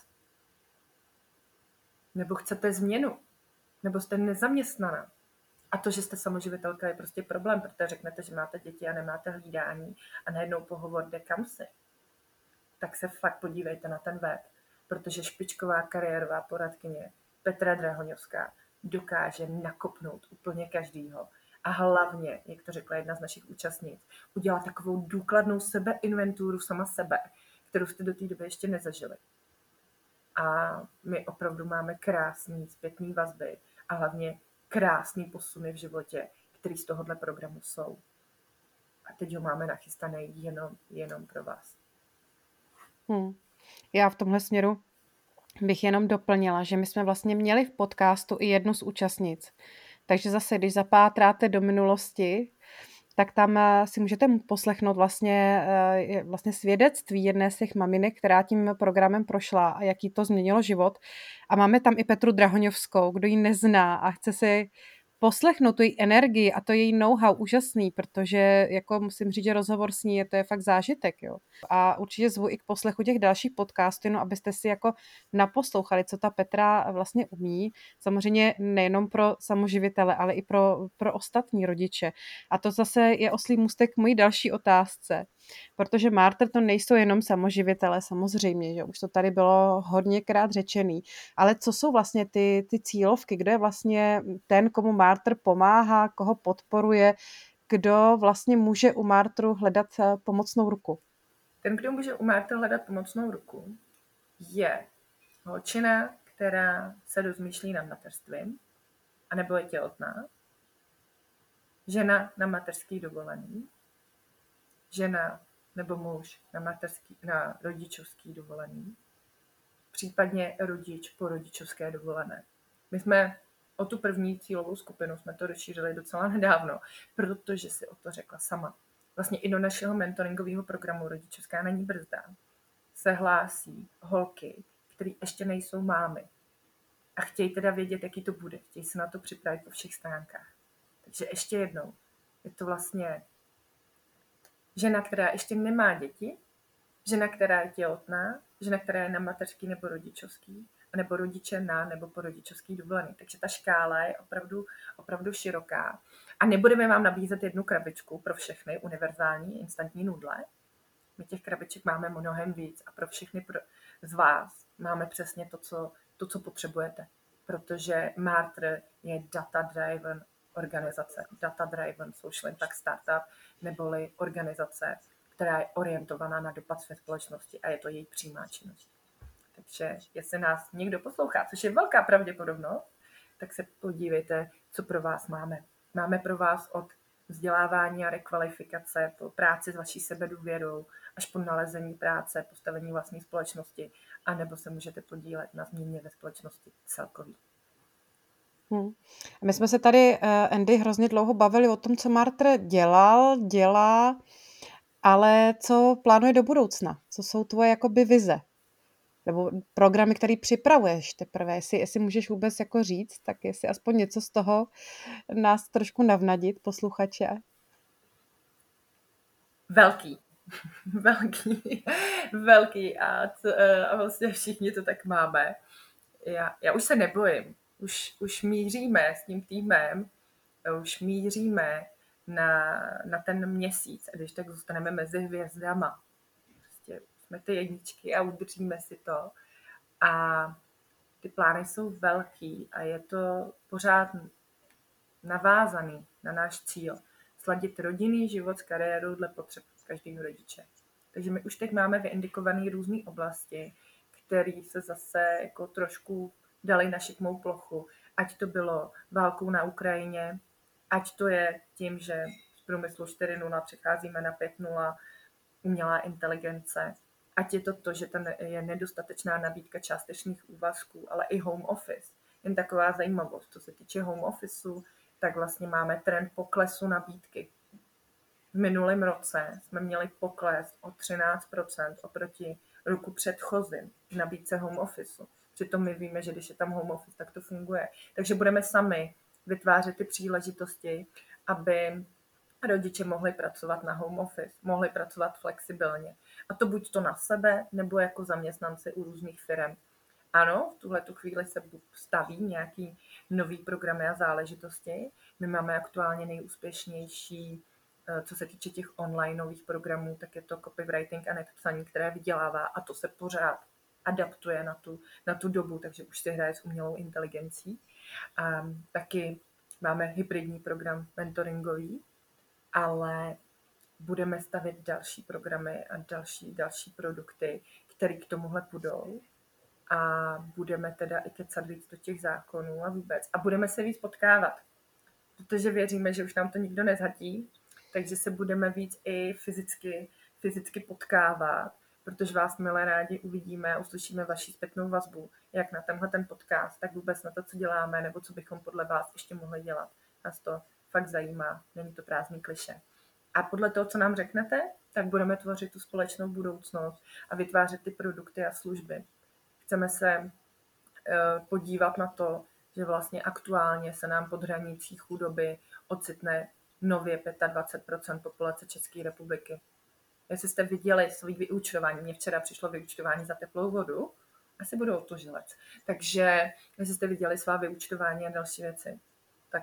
Nebo chcete změnu, nebo jste nezaměstnaná. A to, že jste samoživitelka, je prostě problém, protože řeknete, že máte děti a nemáte hlídání a najednou pohovor jde kam si. Tak se fakt podívejte na ten web, protože špičková kariérová poradkyně Petra Drahoňovská dokáže nakopnout úplně každýho. A hlavně, jak to řekla jedna z našich účastnic, udělat takovou důkladnou sebeinventuru sama sebe, kterou jste do té doby ještě nezažili. A my opravdu máme krásný zpětný vazby a hlavně krásný posuny v životě, který z tohohle programu jsou. A teď ho máme nachystaný jenom, jenom pro vás. Hmm. Já v tomhle směru bych jenom doplnila, že my jsme vlastně měli v podcastu i jednu z účastnic. Takže zase, když zapátráte do minulosti, tak tam si můžete poslechnout vlastně, vlastně svědectví jedné z těch maminek, která tím programem prošla a jaký to změnilo život. A máme tam i Petru Drahoňovskou, kdo ji nezná a chce si poslechnout tu její energii a to její know-how úžasný, protože jako musím říct, že rozhovor s ní je to je fakt zážitek, jo. A určitě zvu i k poslechu těch dalších podcastů, no, abyste si jako naposlouchali, co ta Petra vlastně umí. Samozřejmě nejenom pro samoživitele, ale i pro, pro ostatní rodiče. A to zase je oslý můstek k mojí další otázce. Protože Martr to nejsou jenom samoživitele, samozřejmě, že už to tady bylo hodněkrát řečený, ale co jsou vlastně ty, ty cílovky, kdo je vlastně ten, komu Martr pomáhá, koho podporuje, kdo vlastně může u Martru hledat pomocnou ruku? Ten, kdo může u Martru hledat pomocnou ruku, je holčina, která se rozmýšlí nad mateřstvím, anebo je těhotná, žena na mateřský dovolený, žena nebo muž na, mateřský, na rodičovský dovolený, případně rodič po rodičovské dovolené. My jsme o tu první cílovou skupinu jsme to rozšířili docela nedávno, protože si o to řekla sama. Vlastně i do našeho mentoringového programu Rodičovská není brzda se hlásí holky, které ještě nejsou mámy a chtějí teda vědět, jaký to bude. Chtějí se na to připravit po všech stránkách. Takže ještě jednou, je to vlastně žena, která ještě nemá děti, žena, která je těhotná, žena, která je na mateřský nebo rodičovský, nebo rodiče na nebo po rodičovský dovolený. Takže ta škála je opravdu, opravdu široká. A nebudeme vám nabízet jednu krabičku pro všechny univerzální instantní nudle. My těch krabiček máme mnohem víc a pro všechny pro, z vás máme přesně to, co, to, co potřebujete. Protože Martr je data-driven organizace, data-driven social impact startup, neboli organizace, která je orientovaná na dopad své společnosti a je to její přímá činnost. Takže jestli nás někdo poslouchá, což je velká pravděpodobnost, tak se podívejte, co pro vás máme. Máme pro vás od vzdělávání a rekvalifikace, po práci s vaší sebedůvěrou, až po nalezení práce, postavení vlastní společnosti, anebo se můžete podílet na změně ve společnosti celkový. Hmm. My jsme se tady, Andy, hrozně dlouho bavili o tom, co Martr dělal, dělá, ale co plánuje do budoucna? Co jsou tvoje jakoby vize? Nebo programy, které připravuješ teprve, jestli, jestli můžeš vůbec jako říct, tak jestli aspoň něco z toho nás trošku navnadit, posluchače. Velký. velký. velký a, to, a vlastně všichni to tak máme. Já, já už se nebojím. Už, už míříme s tím týmem, už míříme na, na ten měsíc, a když tak zůstaneme mezi hvězdama. Prostě jsme ty jedničky a udržíme si to. A ty plány jsou velký a je to pořád navázaný na náš cíl. Sladit rodinný život s kariérou dle potřeb každého rodiče. Takže my už teď máme vyindikované různé oblasti, které se zase jako trošku dali na šikmou plochu. Ať to bylo válkou na Ukrajině, ať to je tím, že z průmyslu čtyři nula přecházíme na pět nula, umělá inteligence, ať je to to, že tam je nedostatečná nabídka částečných úvazků, ale i home office. Jen taková zajímavost, co se týče home officeu, tak vlastně máme trend poklesu nabídky. V minulém roce jsme měli pokles o třináct procent oproti roku předchozím v nabídce home officeu. Přitom my víme, že když je tam home office, tak to funguje. Takže budeme sami vytvářet ty příležitosti, aby rodiče mohli pracovat na home office, mohli pracovat flexibilně. A to buď to na sebe, nebo jako zaměstnanci u různých firm. Ano, v tuhletu chvíli se staví nějaký nový programy a záležitosti. My máme aktuálně nejúspěšnější, co se týče těch onlineových programů, tak je to copywriting a netpsaní, které vydělává a to se pořád adaptuje na tu, na tu dobu, takže už si hraje s umělou inteligencí. A taky máme hybridní program mentoringový, ale budeme stavit další programy a další, další produkty, které k tomuhle půjdou. A budeme teda i kecat víc do těch zákonů a vůbec. A budeme se víc potkávat, protože věříme, že už nám to nikdo nezhatí, takže se budeme víc i fyzicky, fyzicky potkávat, protože vás milé rádi uvidíme a uslyšíme vaši zpětnou vazbu, jak na tenhle ten podcast, tak vůbec na to, co děláme, nebo co bychom podle vás ještě mohli dělat. Nás to fakt zajímá, není to prázdný klišé. A podle toho, co nám řeknete, tak budeme tvořit tu společnou budoucnost a vytvářet ty produkty a služby. Chceme se podívat na to, že vlastně aktuálně se nám pod hranicí chudoby ocitne nově dvacet pět procent populace České republiky. Jestli jste viděli svý vyúčtování, mně včera přišlo vyúčtování za teplou vodu, asi budou otužilec. Takže jestli jste viděli svá vyúčtování a další věci, tak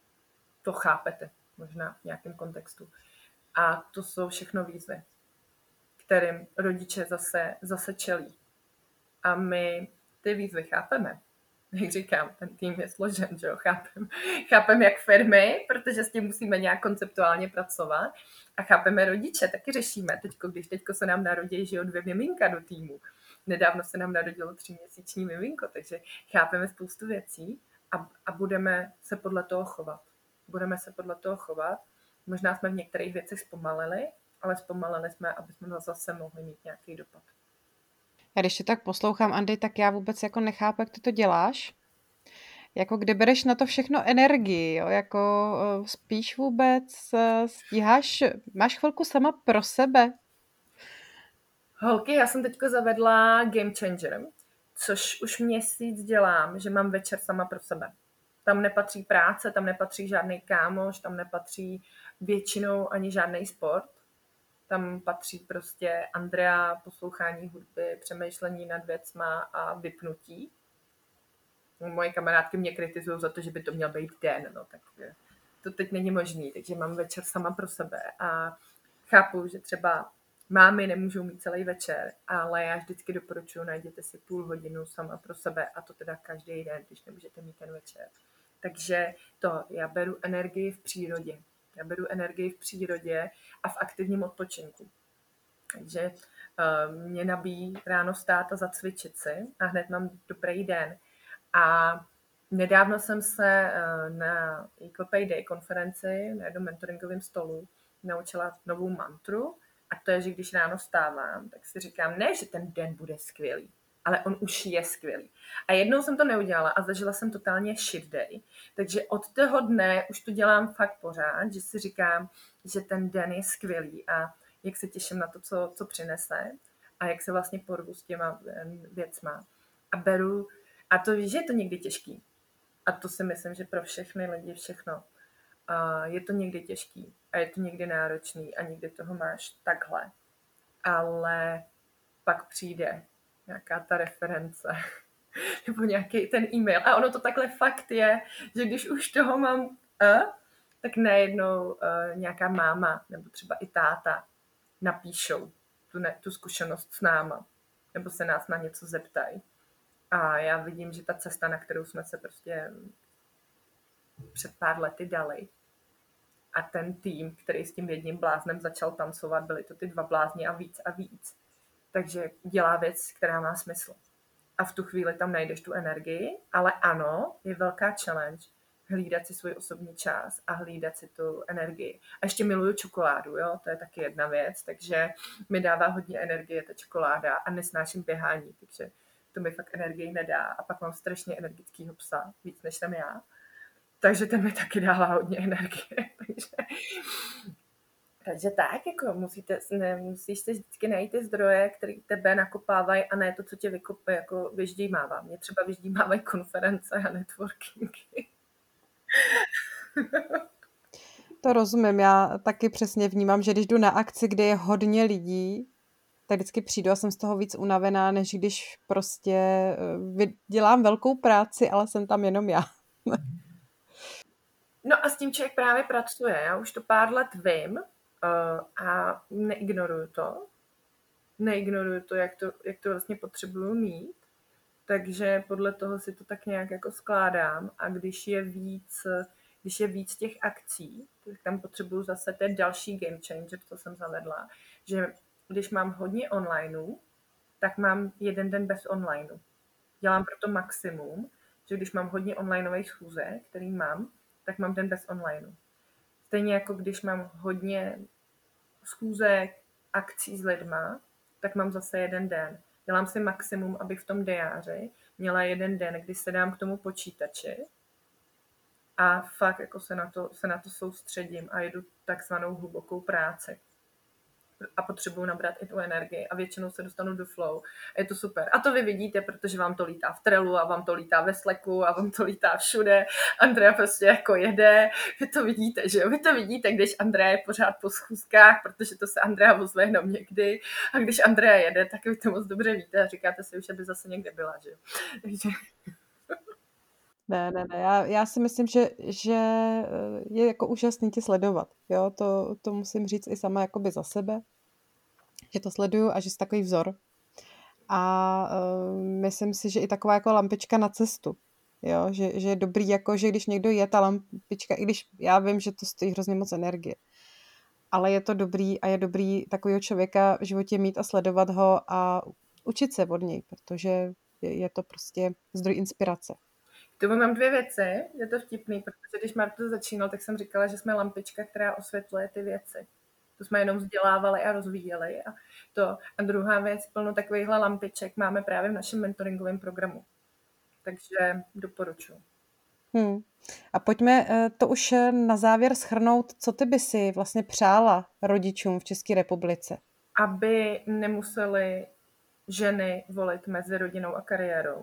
to chápete možná v nějakém kontextu. A to jsou všechno výzvy, kterým rodiče zase, zase čelí. A my ty výzvy chápeme. Jak říkám, ten tým je složen, že jo, chápem. Chápem jak firmy, protože s tím musíme nějak konceptuálně pracovat. A chápeme rodiče, taky řešíme. Teďko, když teďko se nám narodí, že jo, dvě miminka do týmu. Nedávno se nám narodilo tříměsíční miminko, takže chápeme spoustu věcí a, a budeme se podle toho chovat. Budeme se podle toho chovat. Možná jsme v některých věcech zpomalili, ale zpomalili jsme, aby jsme zase mohli mít nějaký dopad. Já když tě tak poslouchám, Andy, tak já vůbec jako nechápu, jak ty to děláš. Jako kde bereš na to všechno energii, jo? Jako spíš vůbec, stíháš, máš chvilku sama pro sebe? Holky, já jsem teďko zavedla Game Changer, což už měsíc dělám, že mám večer sama pro sebe. Tam nepatří práce, tam nepatří žádný kámoš, tam nepatří většinou ani žádný sport. Tam patří prostě Andrea, poslouchání hudby, přemýšlení nad věcma a vypnutí. Moje kamarádky mě kritizují za to, že by to měl být den, no tak to teď není možný, takže mám večer sama pro sebe a chápu, že třeba mámy nemůžou mít celý večer, ale já vždycky doporučuji, najděte si půl hodinu sama pro sebe a to teda každý den, když nemůžete mít ten večer. Takže to, já beru energii v přírodě. Já beru energii v přírodě a v aktivním odpočinku. Takže uh, mě nabíjí ráno stát a zacvičit si a hned mám dobrý den. A nedávno jsem se uh, na Equal Pay Day konferenci na jednom mentoringovém stolu naučila novou mantru a to je, že když ráno vstávám, tak si říkám, ne, že ten den bude skvělý, ale on už je skvělý. A jednou jsem to neudělala a zažila jsem totálně shit day. Takže od toho dne už to dělám fakt pořád, že si říkám, že ten den je skvělý a jak se těším na to, co, co přinese a jak se vlastně porvu s těma věcma. A beru, a to víš, že je to někdy těžký. A to si myslím, že pro všechny lidi všechno. A je to někdy těžký a je to někdy náročný a někdy toho máš takhle. Ale pak přijde nějaká ta reference nebo nějaký ten e-mail. A ono to takhle fakt je, že když už toho mám a, tak najednou a, nějaká máma nebo třeba i táta napíšou tu, ne, tu zkušenost s náma nebo se nás na něco zeptají. A já vidím, že ta cesta, na kterou jsme se prostě před pár lety dali a ten tým, který s tím jedním bláznem začal tancovat, byly to ty dva blázni a víc a víc. Takže dělá věc, která má smysl. A v tu chvíli tam najdeš tu energii, ale ano, je velká challenge hlídat si svůj osobní čas a hlídat si tu energii. A ještě miluju čokoládu, jo, to je taky jedna věc, takže mi dává hodně energie ta čokoláda a nesnáším běhání, takže to mi fakt energii nedá. A pak mám strašně energického psa, víc než jsem já. Takže ten mi taky dává hodně energie. takže... Takže tak, jako musíte, ne, musíš si vždycky najít ty zdroje, které tebe nakopávají a ne to, co tě vykopé, jako vyždímává. Mě třeba vyždímávají konference a networkingy. To rozumím, já taky přesně vnímám, že když jdu na akci, kde je hodně lidí, tak vždycky přijdu a jsem z toho víc unavená, než když prostě dělám velkou práci, ale jsem tam jenom já. No a s tím člověk právě pracuje. Já už to pár let vím uh, a neignoruju to. Neignoruju to, jak to, jak to vlastně potřebuju mít. Takže podle toho si to tak nějak jako skládám a když je víc, když je víc těch akcí, tak tam potřebuju zase ten další game changer, co jsem zavedla, že když mám hodně onlineu, tak mám jeden den bez onlineu. Dělám proto maximum, že když mám hodně onlineových schůzek, který mám, tak mám den bez onlineu. Stejně jako když mám hodně schůzek, akcí s lidma, tak mám zase jeden den. Dělám si maximum, abych v tom diáři měla jeden den, kdy se dám k tomu počítači a fakt jako se na to, se na to soustředím a jedu takzvanou hlubokou práci. A potřebuju nabrat i tu energii a většinou se dostanu do flow. A je to super. A to vy vidíte, protože vám to lítá v Trellu a vám to lítá ve Slacku a vám to lítá všude. Andrea prostě jako jede. Vy to vidíte, že jo? Vy to vidíte, když Andrea je pořád po schůzkách, protože to se Andrea ozve jenom někdy. A když Andrea jede, tak vy to moc dobře víte a říkáte si už, aby zase někde byla, že jo? Takže... Ne, ne, ne. Já, já si myslím, že, že je jako úžasný tě sledovat. Jo? To, to musím říct i sama jakoby za sebe, že to sleduju a že jsi takový vzor. A uh, myslím si, že i taková jako lampička na cestu. Jo? Že, že je dobrý, jako, že když někdo je ta lampička, i když já vím, že to stojí hrozně moc energie, ale je to dobrý a je dobrý takového člověka v životě mít a sledovat ho a učit se od něj, protože je, je to prostě zdroj inspirace. K tomu mám dvě věci, je to vtipný, protože když Marta začínal, tak jsem říkala, že jsme lampička, která osvětluje ty věci. To jsme jenom vzdělávali a rozvíjeli. A, to. A druhá věc, plno takovýchhle lampiček máme právě v našem mentoringovém programu. Takže doporučuji. Hmm. A pojďme to už na závěr shrnout, co ty by si vlastně přála rodičům v České republice? Aby nemuseli ženy volit mezi rodinou a kariérou.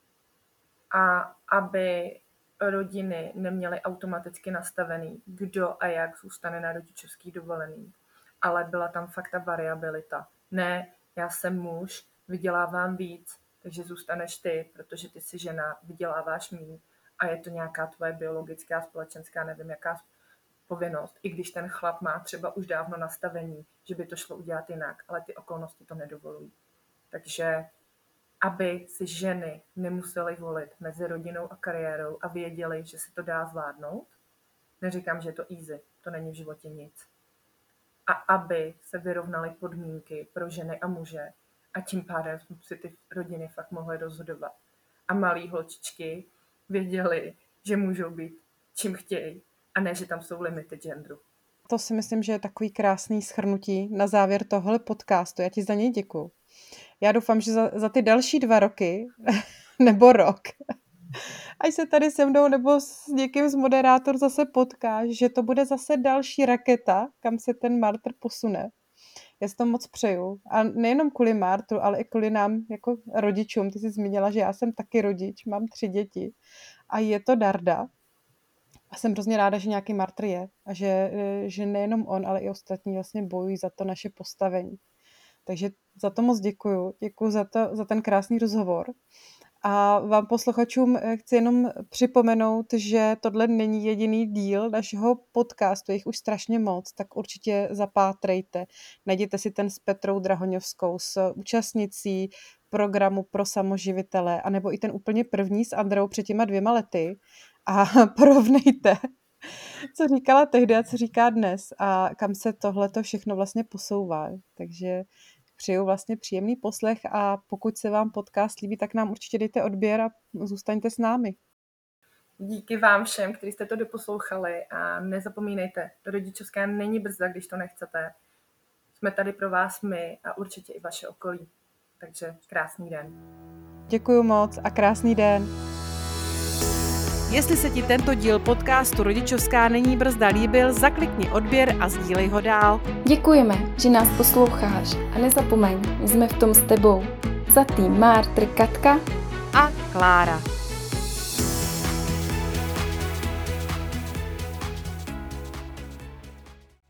A aby rodiny neměly automaticky nastavený, kdo a jak zůstane na rodičovský dovolený. Ale byla tam fakt ta variabilita. Ne, já jsem muž, vydělávám víc, takže zůstaneš ty, protože ty jsi žena, vyděláváš míň a je to nějaká tvoje biologická, společenská, nevím jaká povinnost, i když ten chlap má třeba už dávno nastavení, že by to šlo udělat jinak, ale ty okolnosti to nedovolují. Takže aby si ženy nemusely volit mezi rodinou a kariérou a věděly, že si to dá zvládnout, neříkám, že je to easy, to není v životě nic. A aby se vyrovnaly podmínky pro ženy a muže a tím pádem si ty rodiny fakt mohly rozhodovat. A malí holčičky věděly, že můžou být čím chtějí a ne, že tam jsou limity genderu. To si myslím, že je takový krásný shrnutí na závěr tohle podcastu. Já ti za něj děkuju. Já doufám, že za, za ty další dva roky nebo rok, až se tady se mnou nebo s někým z moderátor zase potkáš, že to bude zase další raketa, kam se ten Martr posune. Já si to moc přeju. A nejenom kvůli Martru, ale i kvůli nám jako rodičům. Ty jsi zmínila, že já jsem taky rodič, mám tři děti. A je to darda. A jsem hrozně ráda, že nějaký Martr je. A že, že nejenom on, ale i ostatní vlastně bojují za to naše postavení. Takže za to moc děkuju. Děkuju za, to, za ten krásný rozhovor. A vám posluchačům chci jenom připomenout, že tohle není jediný díl našeho podcastu, je jich už strašně moc, tak určitě zapátrejte. Najděte si ten s Petrou Drahoňovskou, s účastnicí programu pro samoživitele, anebo i ten úplně první s Andreou před těma dvěma lety a porovnejte, co říkala tehdy a co říká dnes a kam se tohleto všechno vlastně posouvá. Takže přeju vlastně příjemný poslech a pokud se vám podcast líbí, tak nám určitě dejte odběr a zůstaňte s námi. Díky vám všem, kteří jste to doposlouchali a nezapomínejte, rodičovská není brzda, když to nechcete. Jsme tady pro vás my a určitě i vaše okolí. Takže krásný den. Děkuju moc a krásný den. Jestli se ti tento díl podcastu Rodičovská není brzda líbil, zaklikni odběr a sdílej ho dál. Děkujeme, že nás posloucháš a nezapomeň, jsme v tom s tebou. Za tým Martr, Katka a Klára.